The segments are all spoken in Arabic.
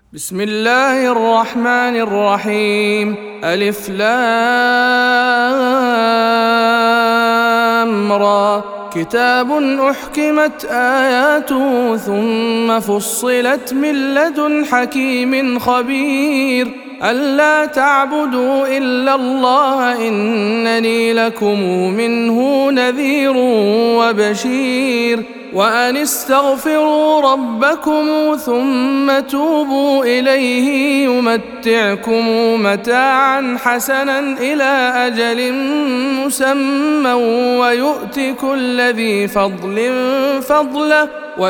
بسم الله الرحمن الرحيم. ألف لام را. كتاب أحكمت آياته ثم فصلت من لدن حكيم خبير ألا تعبدوا إلا الله إنني لكم منه نذير وبشير وأن استغفروا ربكم ثم توبوا إليه يمتعكم متاعا حسنا إلى أجل مسمى ويؤت كل ذي فضل فضله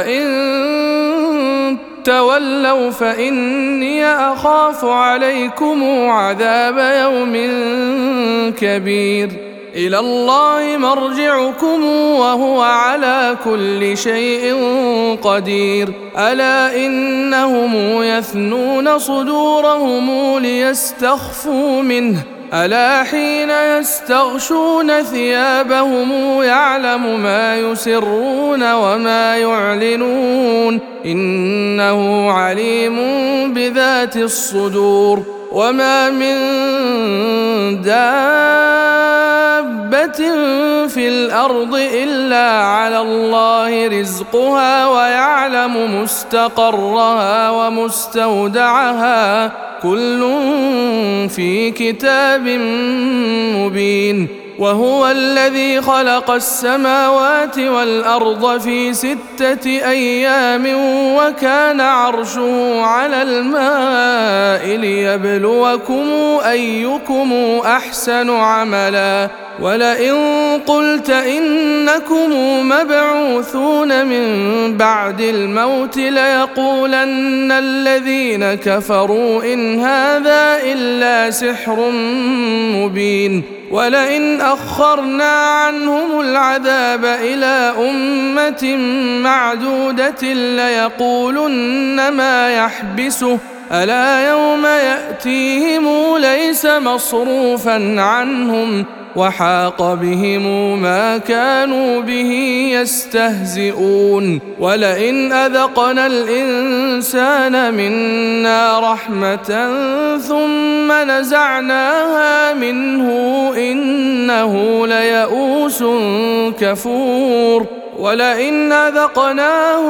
وإن تولوا فإني أخاف عليكم عذاب يوم كبير. إلى الله مرجعكم وهو على كل شيء قدير. ألا إنهم يثنون صدورهم ليستخفوا منه ألا حين يستغشون ثيابهم يعلم ما يسرون وما يعلنون إنه عليم بذات الصدور. وما من دابة في الأرض إلا على الله رزقها ويعلم مستقرها ومستودعها كل في كتاب مبين. وهو الذي خلق السماوات والأرض في 6 أيام وكان عرشه على الماء ليبلوكم أيكم أحسن عملا. ولئن قلت إنكم مبعوثون من بعد الموت ليقولن الذين كفروا إن هذا إلا سحر مبين. ولئن أخرنا عنهم العذاب إلى أمة معدودة ليقولن ما يحبسه ألا يوم يأتيهم ليس مصروفا عنهم وحاق بهم ما كانوا به يستهزئون. ولئن أذقنا الإنسان منا رحمة ثم نزعناها منه إنه ليئوس كفور. ولئن أذقناه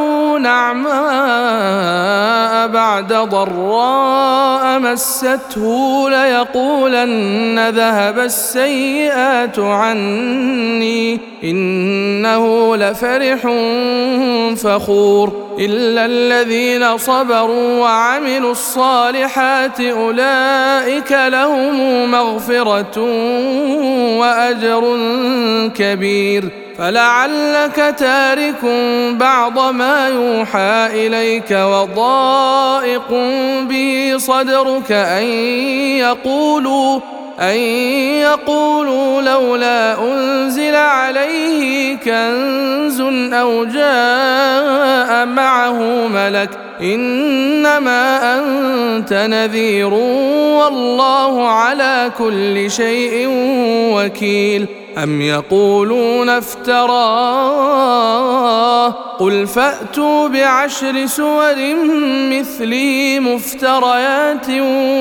نعماء بعد ضراء مسته ليقولن ذهب السيئات عني إنه لفرح فخور. إلا الذين صبروا وعملوا الصالحات أولئك لهم مغفرة وأجر كبير. فلعلك تارك بعض ما يوحى إليك وضائق به صدرك أن يقولوا لولا أنزل عليه كنز أو جاء معه ملك إنما أنت نذير والله على كل شيء وكيل. أم يقولون افتراه قل فأتوا ب10 سور مثله مفتريات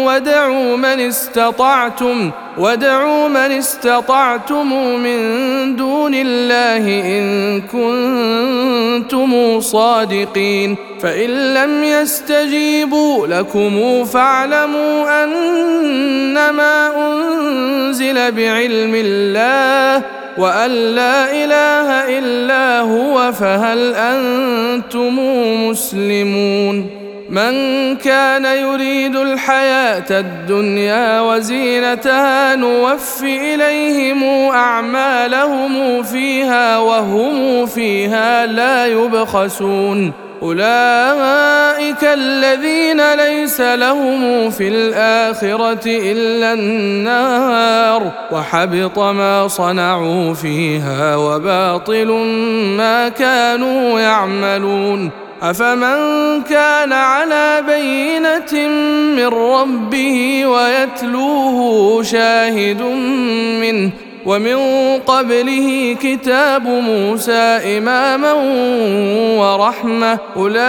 وادعوا من استطعتم من دون الله إن كنتم صادقين. فإن لم يستجيبوا لكم فاعلموا أنما أنزل بعلم الله وأن لا إله إلا هو فهل أنتم مسلمون. من كان يريد الحياة الدنيا وزينتها نوف إليهم أعمالهم فيها وهم فيها لا يبخسون. أولئك الذين ليس لهم في الآخرة إلا النار وحبط ما صنعوا فيها وباطل ما كانوا يعملون. أفمن كان على بينة من ربه ويتلوه شاهد منه ومن قبله كتاب موسى إماما ورحمة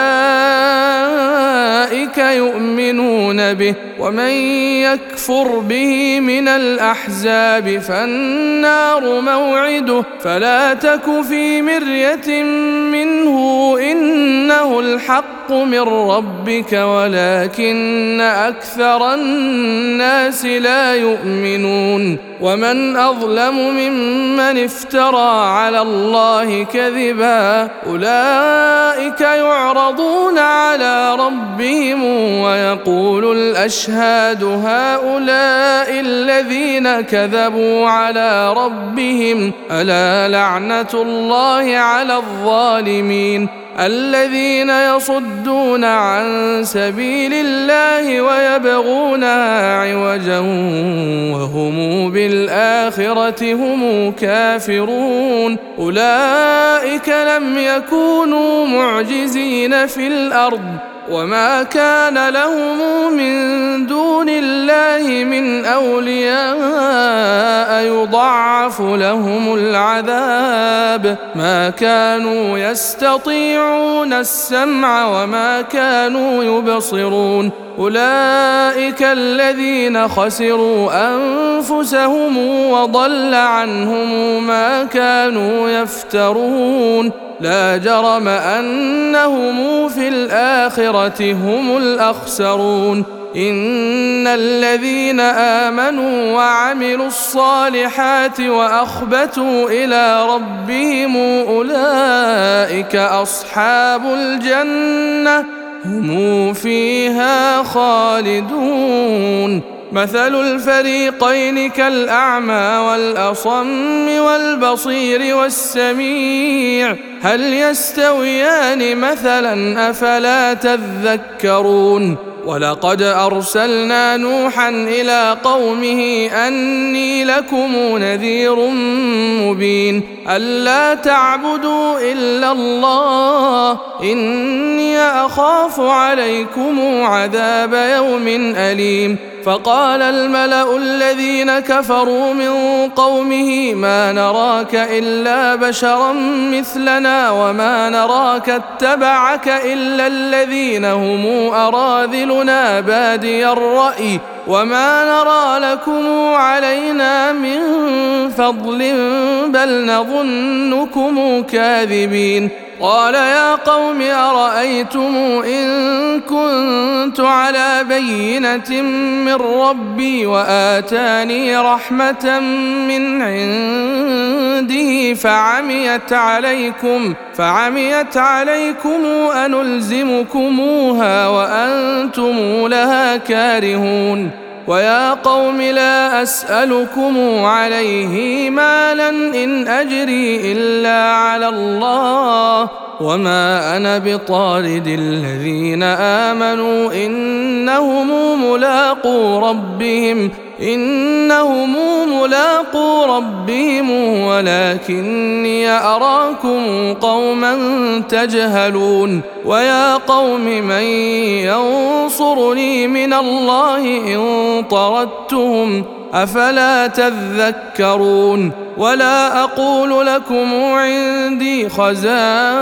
أولئك يؤمنون به ومن يكفر به من الأحزاب فالنار موعده فلا تك في مرية منه إنه الحق من ربك ولكن أكثر الناس لا يؤمنون ومن أظلم ممن افترى على الله كذبا أولئك يعرضون على ربهم ويقول الأشهاد هؤلاء الذين كذبوا على ربهم ألا لعنة الله على الظالمين الذين يصدون عن سبيل الله ويبغونها عوجا وهم بالآخرة هم كافرون أولئك لم يكونوا معجزين في الأرض وما كان لهم من دون الله من أولياء يضاعف لهم العذاب ما كانوا يستطيعون السمع وما كانوا يبصرون أولئك الذين خسروا أنفسهم وضل عنهم ما كانوا يفترون لا جرم أنهم في الآخرة هم الأخسرون إن الذين آمنوا وعملوا الصالحات وأخبتوا إلى ربهم أولئك أصحاب الجنة هم فيها خالدون مثل الفريقين كالأعمى والأصم والبصير والسميع هل يستويان مثلا أفلا تذكرون ولقد أرسلنا نوحا إلى قومه أني لكم نذير مبين ألا تعبدوا إلا الله إني أخاف عليكم عذاب يوم أليم فقال الملأ الذين كفروا من قومه ما نراك إلا بشرا مثلنا وما نراك اتبعك إلا الذين هم أراذلنا بادي الرأي وما نرى لكم علينا من فضل بل نظنكم كاذبين قال يا قوم أرأيتم إن كنت على بينة من ربي وآتاني رحمة من عنده فعميت عليكم أنلزمكموها وأنتم لها كارهون ويا قوم لا أسألكم عليه مالا إن أجري إلا على الله وما أنا بطارد الذين آمنوا إنهم ملاقو ربهم ولكني أراكم قوما تجهلون ويا قوم من ينصرني من الله إن طردتهم أفلا تذكرون ولا أقول لكم عندي خزائن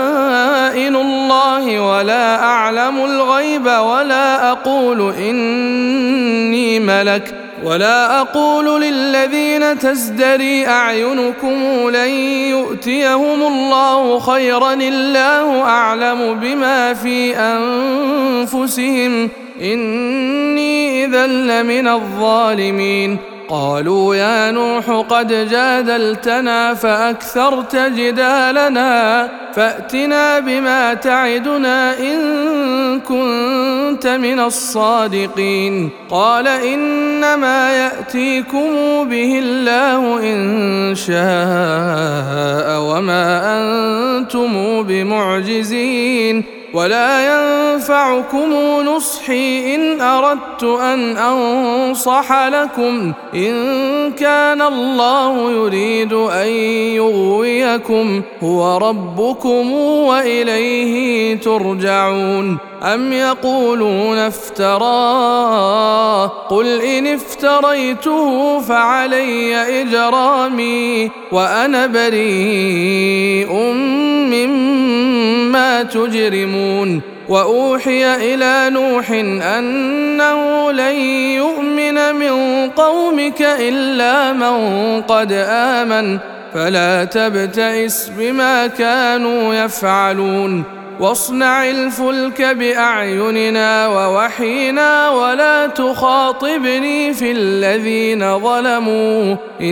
الله ولا أعلم الغيب ولا أقول إني ملك ولا أقول للذين تزدري أعينكم لن يؤتيهم الله خيرا الله أعلم بما في أنفسهم إني إذا لمن الظالمين قالوا يا نوح قد جادلتنا فأكثرت جدالنا فأتنا بما تعدنا إن كنت من الصادقين قال إنما يأتيكم به الله إن شاء وما أنتم بمعجزين ولا ينفعكم نصحي إن أردت أن أنصح لكم إن كان الله يريد أن يغويكم هو ربكم وإليه ترجعون. أم يقولون افتراه قل إن افتريته فعلي إجرامي وأنا بريء مما تجرمون. وأوحي إلى نوح أنه لن يؤمن من قومك إلا من قد آمن فلا تبتئس بما كانوا يفعلون. واصنع الفلك بأعيننا ووحينا ولا تخاطبني في الذين ظلموا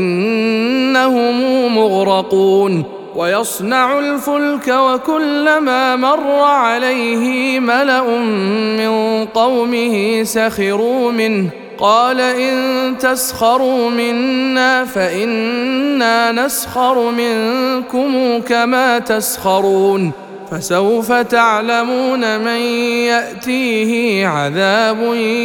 إنهم مغرقون. ويصنع الفلك وكلما مر عليه ملأ من قومه سخروا منه قال إن تسخروا منا فإنا نسخر منكم كما تسخرون. فسوف تعلمون من يأتيه عذاب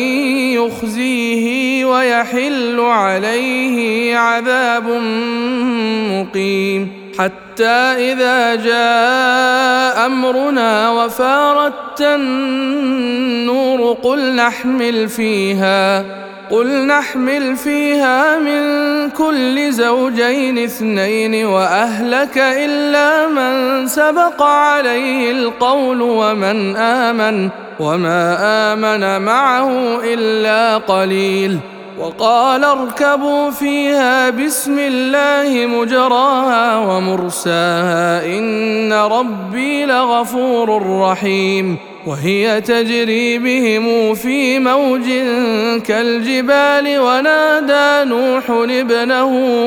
يخزيه ويحل عليه عذاب مقيم. حتى إذا جاء أمرنا وفارت النور قل نحمل فيها من كل زوجين اثنين وأهلك إلا من سبق عليه القول ومن آمن وما آمن معه إلا قليل. وقال اركبوا فيها بسم الله مجراها ومرساها إن ربي لغفور رحيم. وهي تجري بهم في موج كالجبال ونادى نوح ابنه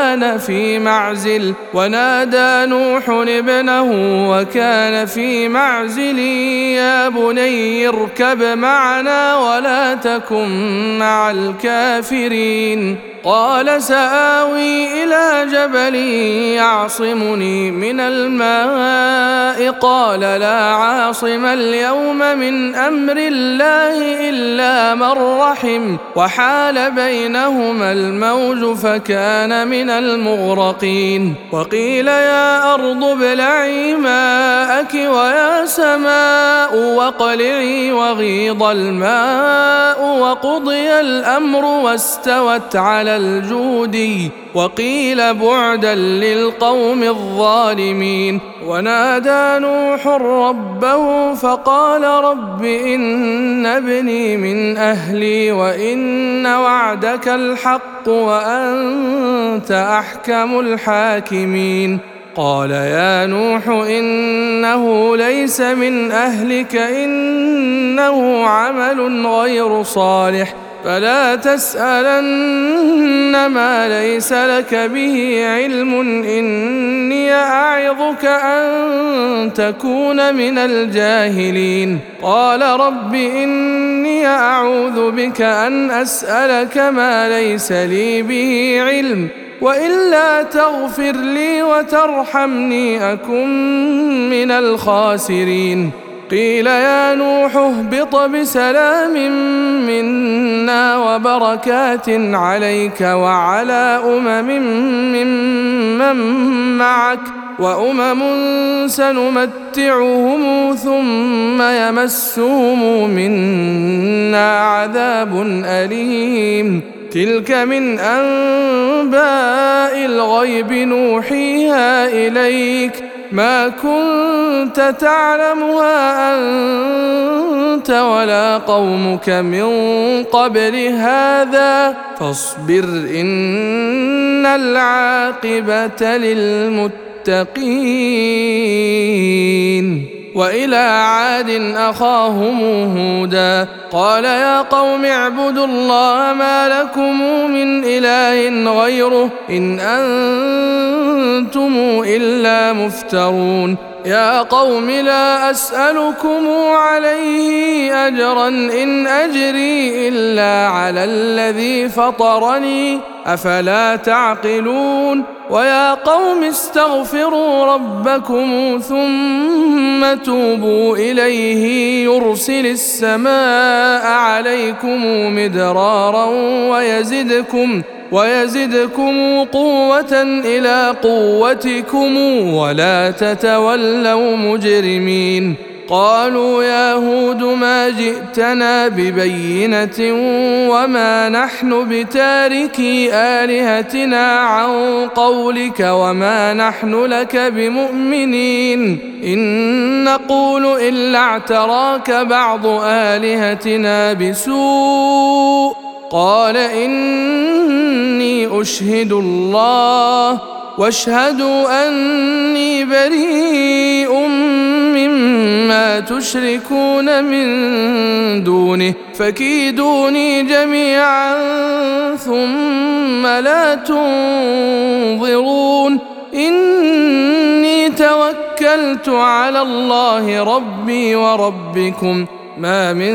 وكان في معزل يا بني اركب معنا ولا تكن مع الكافرين. قال سآوي إلى جبل يعصمني من الماء قال لا عاصم اليوم من أمر الله إلا من رحم وحال بينهما الموج فكان من المغرقين. وقيل يا أرض ابلعي ماءك ويا سماء واقلعي وغيض الماء وقضي الأمر واستوت على الجودي وقيل بعدا للقوم الظالمين. ونادى نوح ربه فقال رب إن ابني من أهلي وإن وعدك الحق وأنت أحكم الحاكمين. قال يا نوح إنه ليس من أهلك إنه عمل غير صالح فلا تسألن ما ليس لك به علم إني أعظك أن تكون من الجاهلين. قال رب إني أعوذ بك أن أسألك ما ليس لي به علم وإلا تغفر لي وترحمني أكن من الخاسرين. قيل يا نوح اهبط بسلام منا وبركات عليك وعلى ممن معك وأمم سنمتعهم ثم يمسهم منا عذاب أليم. تلك من أنباء الغيب نوحيها إليك ما كنت تعلمها أنت ولا قومك من قبل هذا فاصبر إن العاقبة للمتقين. وإلى عاد أخاهم هودا قال يا قوم اعبدوا الله ما لكم من إله غيره إن أنتم إلا مفترون. يا قوم لا أسألكم عليه أجرا إن أجري إلا على الذي فطرني أفلا تعقلون ويا قوم استغفروا ربكم ثم توبوا إليه يرسل السماء عليكم مدرارا ويزدكم قوة إلى قوتكم ولا تتولوا مجرمين قالوا يا هود ما جئتنا ببينة وما نحن بتاركي آلهتنا عن قولك وما نحن لك بمؤمنين إن نقول إلا اعتراك بعض آلهتنا بسوء قال إني أشهد الله واشهدوا أني بريء مما تشركون من دونه فكيدوني جميعا ثم لا تنظرون إني توكلت على الله ربي وربكم ما من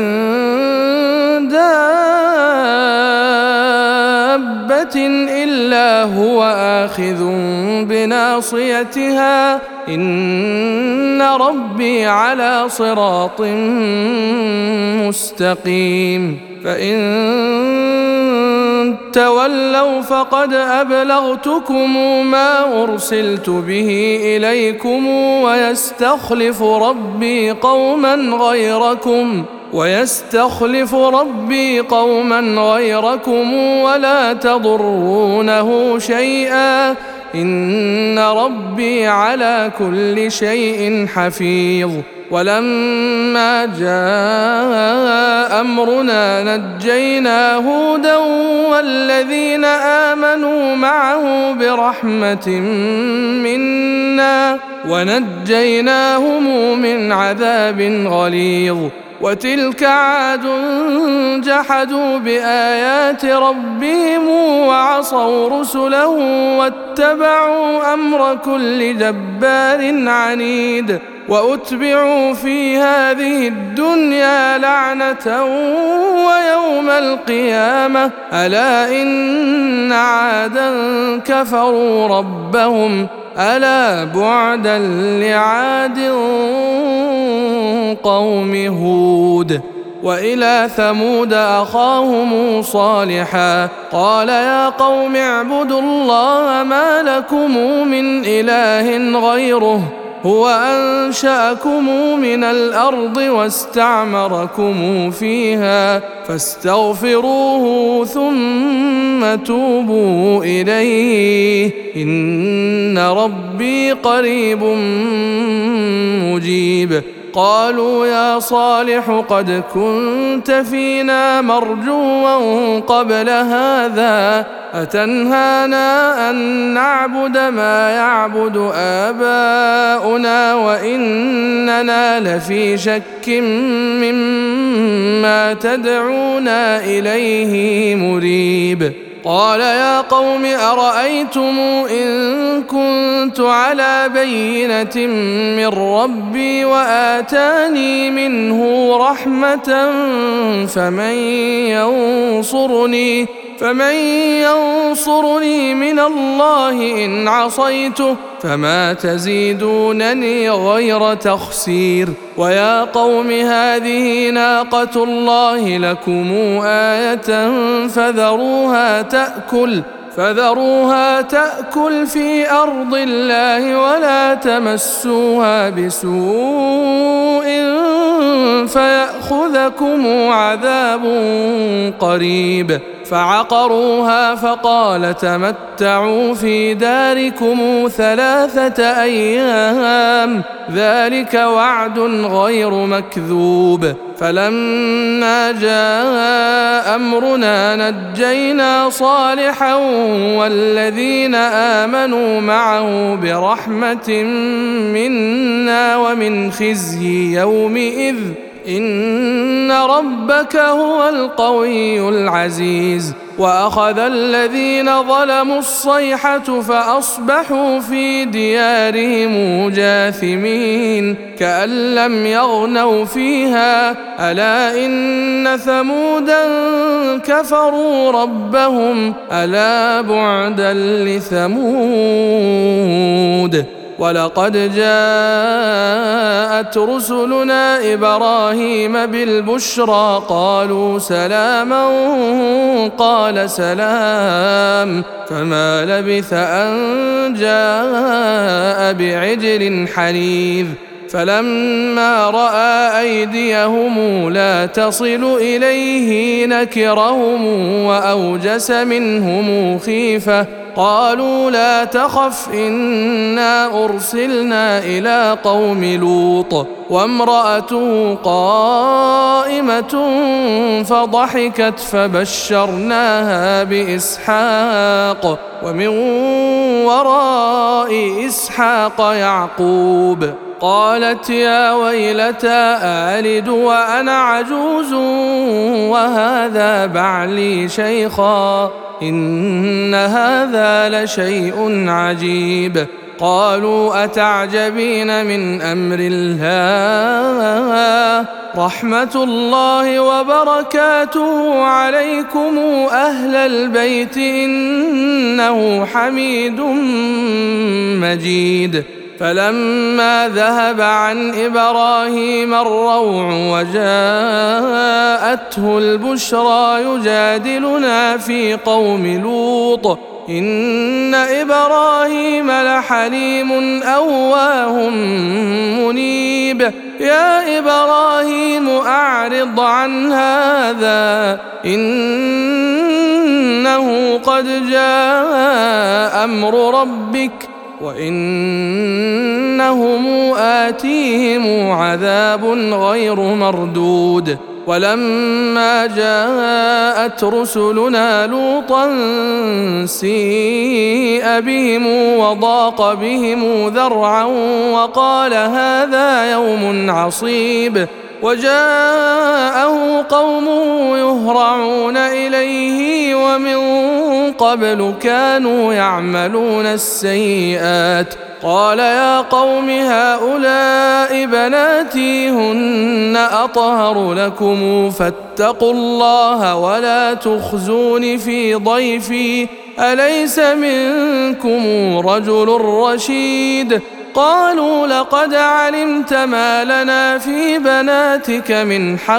دابة إلا هو آخذ بناصيتها إن ربي على صراط مستقيم فإن تولوا فقد أبلغتكم ما أرسلت به إليكم ويستخلف ربي قوما غيركم ولا تضرونه شيئا إن ربي على كل شيء حفيظ ولما جاء أمرنا نجينا هودا والذين آمنوا معه برحمة منا ونجيناهم من عذاب غليظ وتلك عاد جحدوا بآيات ربهم وعصوا رسله واتبعوا أمر كل جبار عنيد وأتبعوا في هذه الدنيا لعنة ويوم القيامة ألا إن عادا كفروا ربهم ألا بعدا لعاد قوم هود وإلى ثمود أخاهم صالحا قال يا قوم اعبدوا الله ما لكم من إله غيره هو أنشأكم من الأرض واستعمركم فيها فاستغفروه ثم توبوا إليه إن ربي قريب مجيب قالوا يا صالح قد كنت فينا مرجوا قبل هذا أتنهانا أن نعبد ما يعبد آباؤنا وإننا لفي شك مما تدعونا إليه مريب قال يا قوم أرأيتم إن كنت على بينة من ربي وآتاني منه رحمة فمن ينصرني من الله إن عصيته فما تزيدونني غير تخسير ويا قوم هذه ناقة الله لكم آية فذروها تأكل في أرض الله ولا تمسوها بسوء فيأخذكم عذاب قريب فعقروها فقال تمتعوا في داركم 3 أيام ذلك وعد غير مكذوب فلما جاء أمرنا نجينا صالحا والذين آمنوا معه برحمة منا ومن خزي يومئذ إن ربك هو القوي العزيز. وأخذ الذين ظلموا الصيحة فأصبحوا في ديارهم جاثمين كأن لم يغنوا فيها ألا إن ثمودا كفروا ربهم ألا بعدا لثمود. ولقد جاءت رسلنا إبراهيم بالبشرى قالوا سلاما قال سلام فما لبث أن جاء بعجل حنيذ فلما رأى أيديهم لا تصل إليه نكرهم وأوجس منهم خيفة قالوا لا تخف إنا أرسلنا إلى قوم لوط وامرأته قائمة فضحكت فبشرناها بإسحاق ومن وراء إسحاق يعقوب قالت يا ويلتى ألد وأنا عجوز وهذا بعلي شيخا إن هذا لشيء عجيب. قالوا أتعجبين من أمر الله رحمة الله وبركاته عليكم أهل البيت إنه حميد مجيد. فلما ذهب عن إبراهيم الروع وجاءته البشرى يجادلنا في قوم لوط إن إبراهيم لحليم أواه منيب. يا إبراهيم أعرض عن هذا إنه قد جاء أمر ربك وإنهم آتيهم عذاب غير مردود. ولما جاءت رسلنا لوطا سيء بهم وضاق بهم ذرعا وقال هذا يوم عصيب وجاءه قومه يهرعون إليه ومن قبل كانوا يعملون السيئات قال يا قوم هؤلاء بناتي هن أطهر لكم فاتقوا الله ولا تخزون في ضيفي أليس منكم رجل رشيد. قالوا لقد علمت ما لنا في بناتك من حق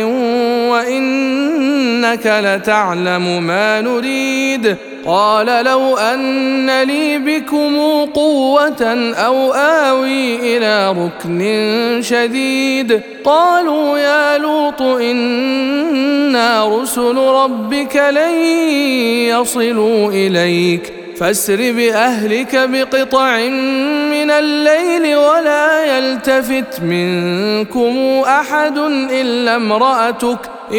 وإنك لتعلم ما نريد. قال لو أن لي بكم قوة أو آوي إلى ركن شديد. قالوا يا لوط إنا رسل ربك لن يصلوا إليك فاسر بأهلك بقطع من الليل ولا يلتفت منكم أحد إلا امرأتك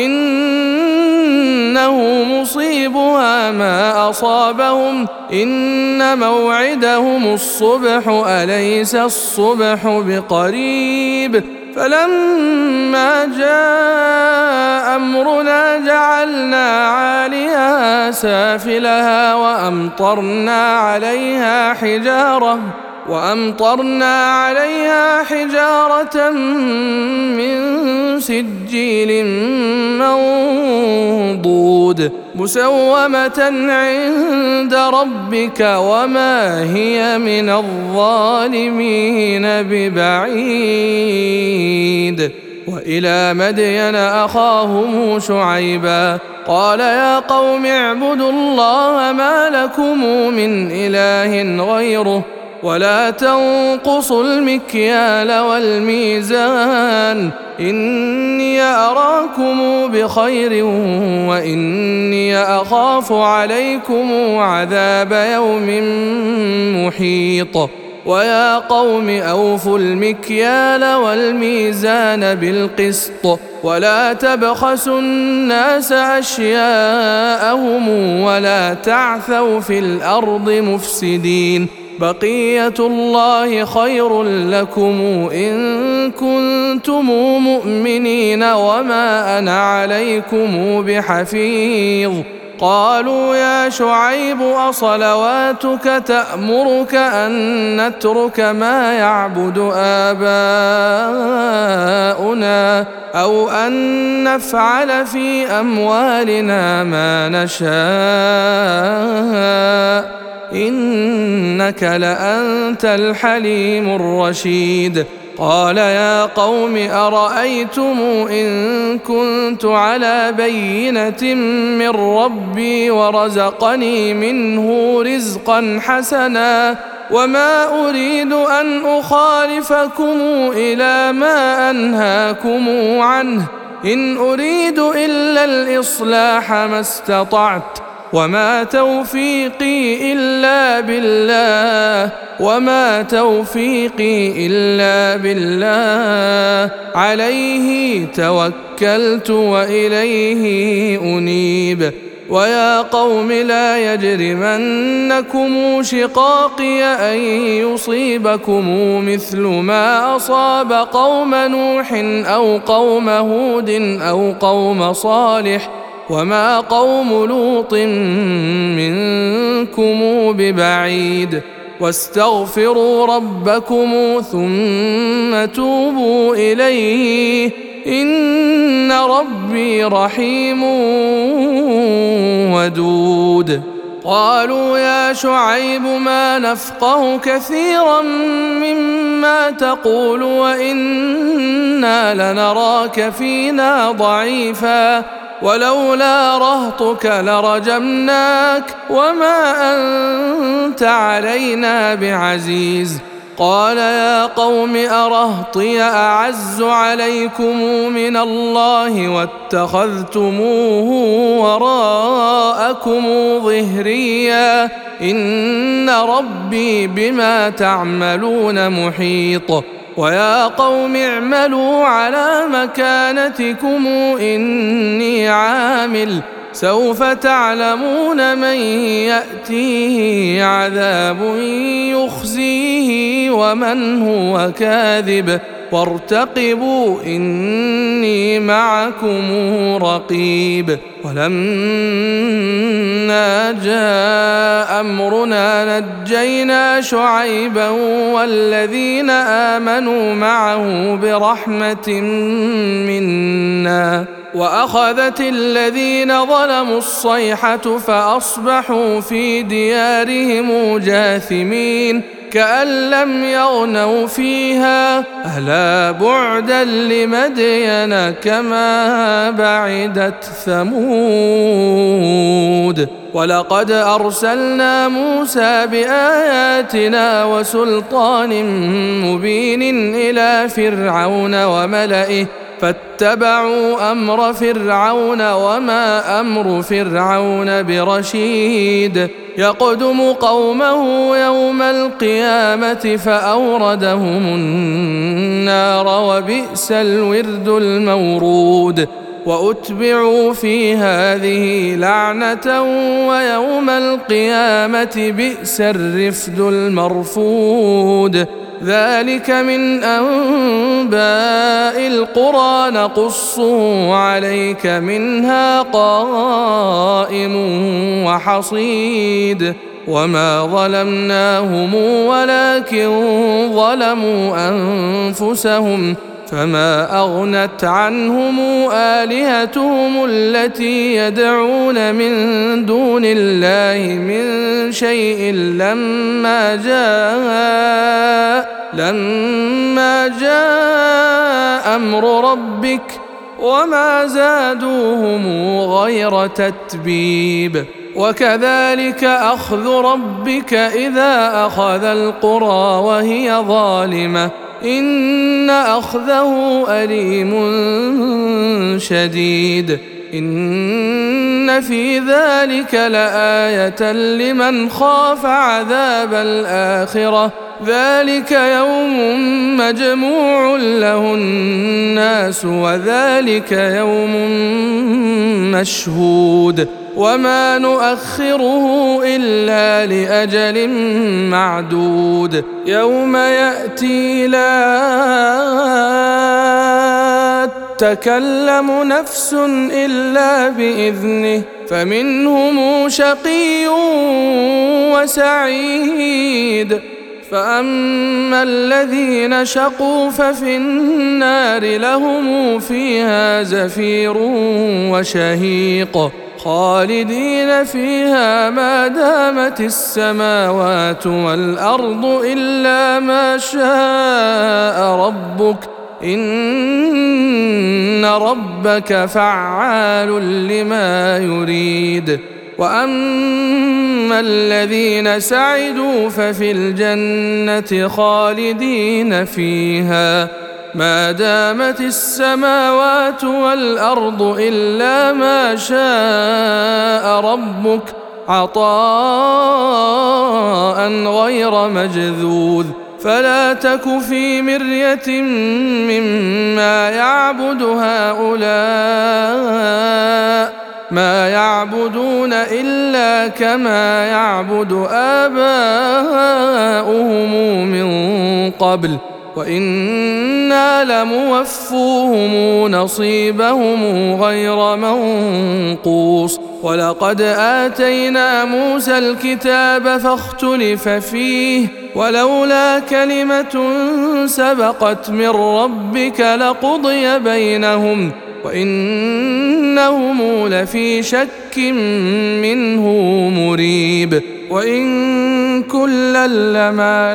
إنه مصيبها ما أصابهم إن موعدهم الصبح أليس الصبح بقريب. فلما جاء أمرنا جعلنا عاليها سافلها وأمطرنا عليها حجارة من سجيل منضود مسومة عند ربك وما هي من الظالمين ببعيد. وإلى مدين أخاهم شعيبا قال يا قوم اعبدوا الله ما لكم من إله غيره ولا تنقصوا المكيال والميزان إني أراكم بخير وإني أخاف عليكم عذاب يوم محيط. ويا قوم أوفوا المكيال والميزان بالقسط ولا تبخسوا الناس أشياءهم ولا تعثوا في الأرض مفسدين بقية الله خير لكم إن كنتم مؤمنين وما أنا عليكم بحفيظ. قالوا يا شعيب أصلواتك تأمرك أن نترك ما يعبد آباؤنا أو أن نفعل في أموالنا ما نشاء إنك لأنت الحليم الرشيد. قال يا قوم أرأيتم إن كنت على بينة من ربي ورزقني منه رزقا حسنا وما أريد أن أخالفكم إلى ما أنهاكم عنه إن أريد إلا الإصلاح ما استطعت وما توفيقي إلا بالله عليه توكلت وإليه أنيب. ويا قوم لا يجرمنكم شقاقي أن يصيبكم مثل ما أصاب قوم نوح أو قوم هود أو قوم صالح وما قوم لوط منكم ببعيد. واستغفروا ربكم ثم توبوا إليه إن ربي رحيم ودود. قالوا يا شعيب ما نفقه كثيرا مما تقول وإنا لنراك فينا ضعيفا ولولا رهطك لرجمناك وما أنت علينا بعزيز. قال يا قوم أرهطي أعز عليكم من الله واتخذتموه وراءكم ظهريا إن ربي بما تعملون محيط. ويا قوم اعملوا على مكانتكم إني عامل سوف تعلمون من يأتيه عذاب يخزيه ومن هو كاذب وارتقبوا إني معكم رقيب. ولما جاء أمرنا نجينا شعيبا والذين آمنوا معه برحمة منا وأخذت الذين ظلموا الصيحة فأصبحوا في ديارهم جاثمين كأن لم يغنوا فيها ألا بعدا لمدين كما بعدت ثمود. ولقد أرسلنا موسى بآياتنا وسلطان مبين إلى فرعون وملئه فاتبعوا أمر فرعون وما أمر فرعون برشيد يقدم قومه يوم القيامة فأوردهم النار وبئس الورد المورود. وأتبعوا في هذه لعنة ويوم القيامة بئس الرفد المرفود. ذلك من أنباء القرى نقصه عليك منها قائم وحصيد. وما ظلمناهم ولكن ظلموا أنفسهم فما أغنت عنهم آلهتهم التي يدعون من دون الله من شيء لما جاء أمر ربك وما زادوهم غير تتبيب. وكذلك أخذ ربك إذا أخذ القرى وهي ظالمة إن أخذه أليم شديد. إن في ذلك لآية لمن خاف عذاب الآخرة ذلك يوم مجموع له الناس وذلك يوم مشهود وما نؤخره إلا لأجل معدود يوم يأتي لا تكلم نفس إلا بإذنه فمنهم شقي وسعيد فأما الذين شقوا ففي النار لهم فيها زفير وشهيق خالدين فيها ما دامت السماوات والأرض إلا ما شاء ربك إن ربك فعال لما يريد وأما الذين سعدوا ففي الجنة خالدين فيها ما دامت السماوات والأرض إلا ما شاء ربك عطاء غير مجذوذ فلا تك في مرية مما يعبد هؤلاء ما يعبدون إلا كما يعبد آباؤهم من قبل وإنا لموفوهم نصيبهم غير منقوص ولقد آتينا موسى الكتاب فاختلف فيه ولولا كلمة سبقت من ربك لقضي بينهم وإنهم لفي شك منه مريب وإن كلا لما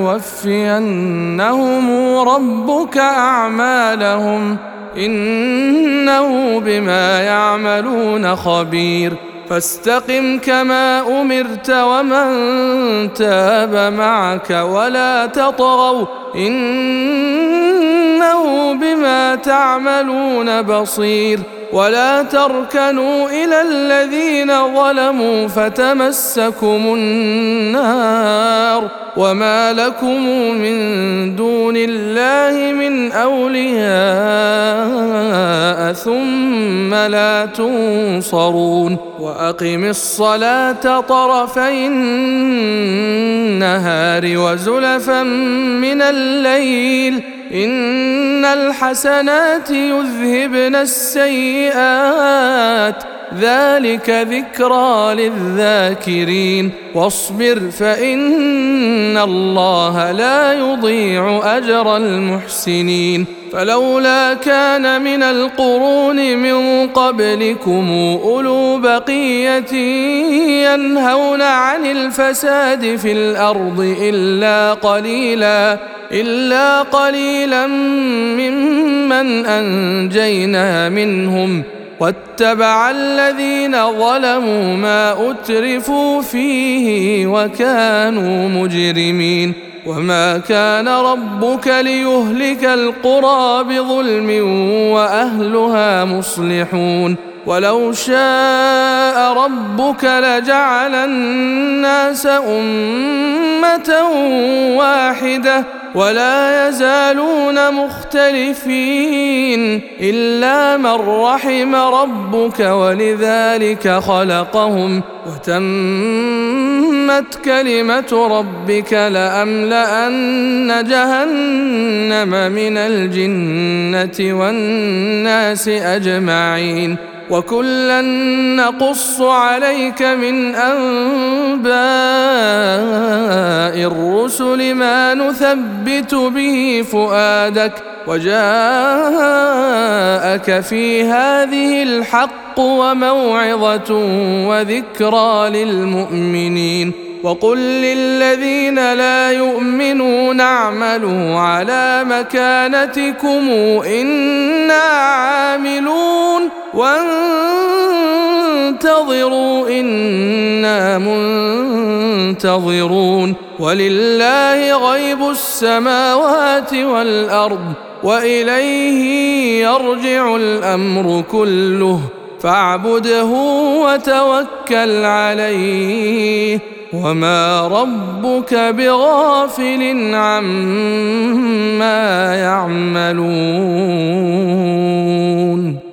ليوفينهم ربك أعمالهم إنه بما يعملون خبير فاستقم كما أمرت ومن تاب معك ولا تطغوا إنه بما تعملون بصير ولا تركنوا إلى الذين ظلموا فتمسكم النار وما لكم من دون الله من أولياء ثم لا تنصرون وأقم الصلاة طرفي النهار وزلفا من الليل إن الحسنات يذهبن السيئات ذلك ذكرى للذاكرين واصبر فإن الله لا يضيع أجر المحسنين فلولا كان من القرون من قبلكم أولو بقية ينهون عن الفساد في الأرض إلا قليلا ممن أنجينا منهم واتبع الذين ظلموا ما أترفوا فيه وكانوا مجرمين وما كان ربك ليهلك القرى بظلم وأهلها مصلحون ولو شاء ربك لجعل الناس أمة واحدة ولا يزالون مختلفين إلا من رحم ربك ولذلك خلقهم وتمت كلمة ربك لأملأن جهنم من الجنة والناس أجمعين وكلا نقص عليك من أنباء الرسل ما نثبت به فؤادك وجاءك في هذه الحق وموعظة وذكرى للمؤمنين وقل للذين لا يؤمنون اعملوا على مكانتكم إنا عاملون وانتظروا إنا منتظرون ولله غيب السماوات والأرض وإليه يرجع الأمر كله فاعبده وتوكل عليه وما ربك بغافل عما يعملون